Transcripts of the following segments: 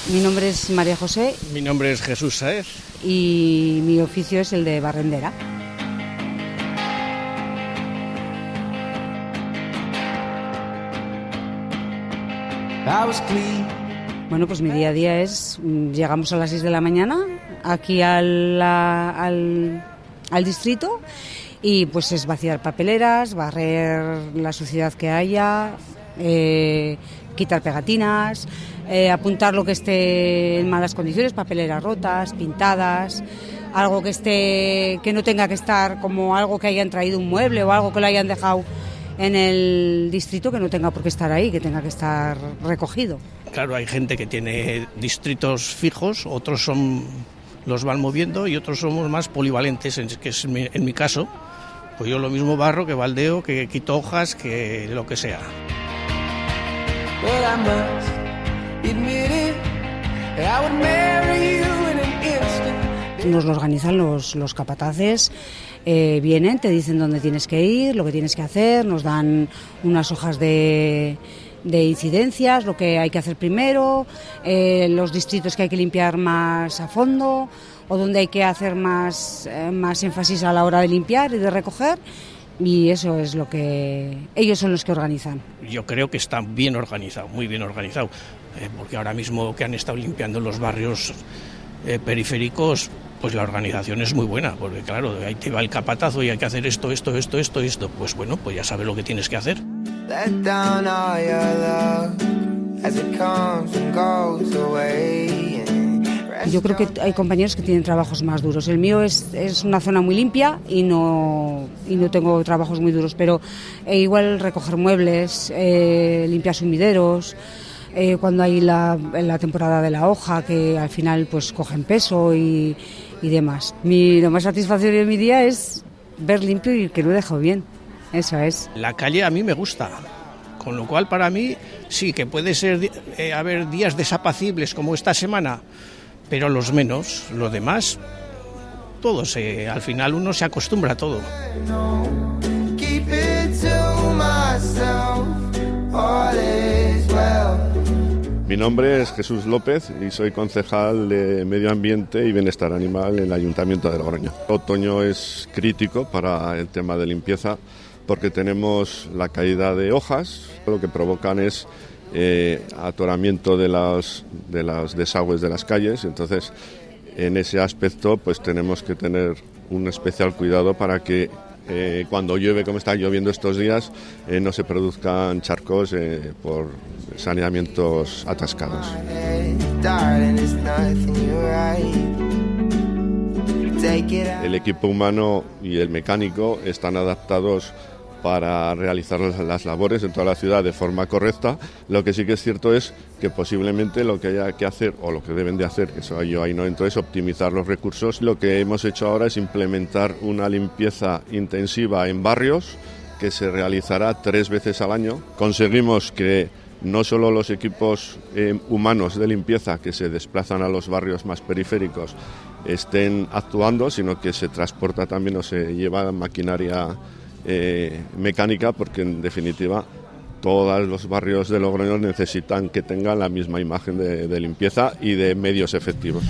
Mi nombre es María José. Mi nombre es Jesús Sáez. Y mi oficio es el de barrendera. Bueno, pues mi día a día es, llegamos a las 6 de la mañana aquí al distrito y pues es vaciar papeleras, barrer la suciedad que haya, quitar pegatinas, apuntar lo que esté en malas condiciones, papeleras rotas, pintadas, algo que no tenga que estar como algo que hayan traído un mueble o algo que lo hayan dejado en el distrito que no tenga por qué estar ahí, que tenga que estar recogido. Claro, hay gente que tiene distritos fijos, otros los van moviendo y otros somos más polivalentes, que es en mi caso. Pues yo lo mismo barro, que baldeo, que quito hojas, que lo que sea. Nos lo organizan los capataces, vienen, te dicen dónde tienes que ir, lo que tienes que hacer, nos dan unas hojas de incidencias, lo que hay que hacer primero, los distritos que hay que limpiar más a fondo o donde hay que hacer más énfasis a la hora de limpiar y de recoger, y eso es lo que ellos son los que organizan. Yo creo que está bien organizado, muy bien organizado, porque ahora mismo que han estado limpiando los barrios periféricos, pues la organización es muy buena, porque claro, ahí te va el capatazo y hay que hacer esto, pues bueno, pues ya sabes lo que tienes que hacer. Yo creo que hay compañeros que tienen trabajos más duros. El mío es una zona muy limpia y no tengo trabajos muy duros, pero igual recoger muebles, limpiar sumideros, cuando hay la temporada de la hoja, que al final pues cogen peso y demás. Lo más satisfactorio de mi día es ver limpio y que lo he dejado bien. Eso es. La calle a mí me gusta, con lo cual para mí sí que puede ser haber días desapacibles como esta semana, pero los menos, lo demás, todo al final uno se acostumbra a todo. Mi nombre es Jesús López y soy concejal de Medio Ambiente y Bienestar Animal en el Ayuntamiento de Logroño. Otoño es crítico para el tema de limpieza porque tenemos la caída de hojas, lo que provocan es atoramiento de los desagües de las calles. Entonces, en ese aspecto pues tenemos que tener un especial cuidado para que cuando llueve, como está lloviendo estos días, no se produzcan charcos por saneamientos atascados. El equipo humano y el mecánico están adaptados para realizar las labores en toda la ciudad de forma correcta. Lo que sí que es cierto es que posiblemente lo que haya que hacer, o lo que deben de hacer, que eso yo ahí no entro, es optimizar los recursos. Lo que hemos hecho ahora es implementar una limpieza intensiva en barrios que se realizará 3 veces al año. Conseguimos que no solo los equipos humanos de limpieza que se desplazan a los barrios más periféricos estén actuando, sino que se transporta también o se lleva maquinaria mecánica, porque en definitiva todos los barrios de Logroño necesitan que tengan la misma imagen de limpieza y de medios efectivos.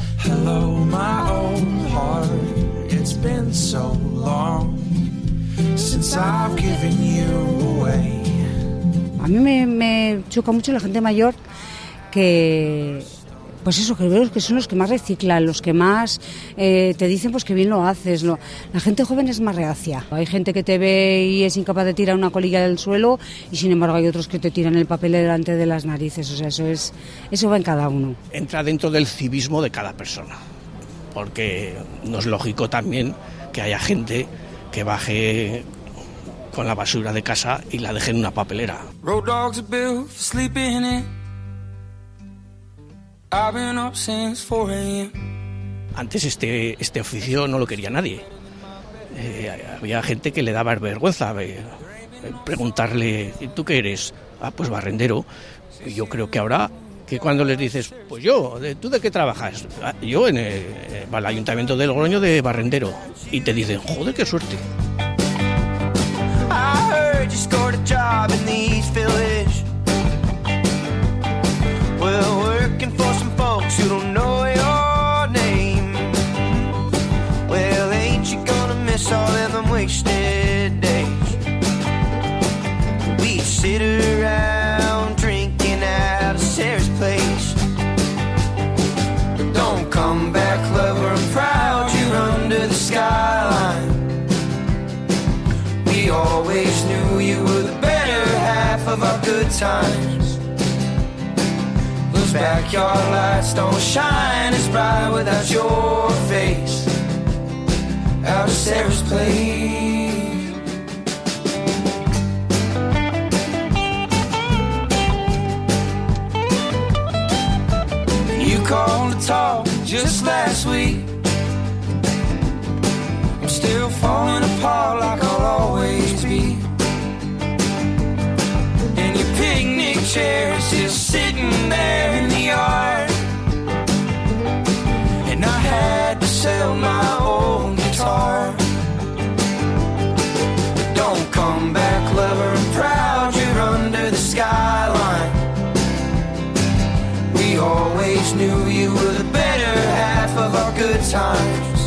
A mí me choca mucho la gente mayor que... Pues eso, que veo que son los que más reciclan, los que más te dicen pues que bien lo haces. La gente joven es más reacia. Hay gente que te ve y es incapaz de tirar una colilla del suelo y sin embargo hay otros que te tiran el papel delante de las narices. O sea, eso va en cada uno. Entra dentro del civismo de cada persona, porque no es lógico también que haya gente que baje con la basura de casa y la deje en una papelera. Antes este oficio no lo quería nadie. Había gente que le daba vergüenza preguntarle, ¿tú qué eres? Ah, pues barrendero. Y yo creo que ahora, que cuando les dices, pues yo, ¿tú de qué trabajas? Ah, yo en el Ayuntamiento de Logroño de barrendero. Y te dicen, joder, qué suerte. We always knew you were the better half of our good times. Those backyard lights don't shine as bright without your face. Out of Sarah's place. You called to talk just last week. I'm still falling apart like I'll always be. And your picnic chair is just sitting there in the yard. And I had to sell my old guitar. But don't come back, lover, and proud. You're under the skyline. We always knew you were the better half of our good times.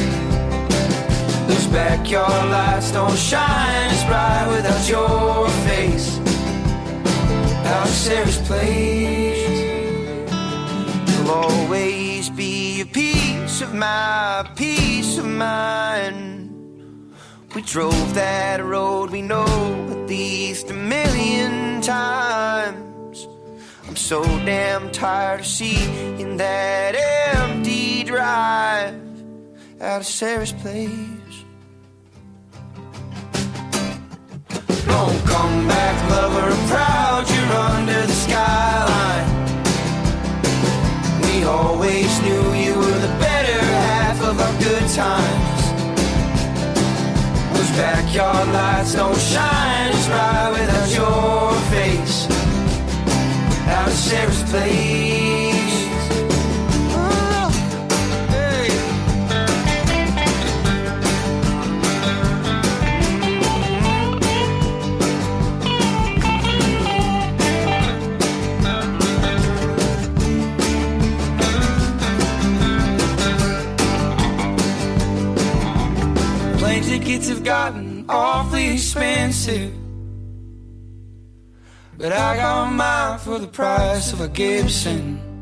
Those backyard lights don't shine as bright without your face. Out of Sarah's place. You'll always be a piece of my peace of mind. We drove that road we know at least 1,000,000 times. I'm so damn tired of seeing that empty drive out of Sarah's place. Don't come back, lover, and proud. You're under the skyline. We always knew you were the better half of our good times. Those backyard lights don't shine as bright without your face. Out of Sarah's place. Oh, hey. Plane tickets have gotten awfully expensive, but I got mine for the price of a Gibson.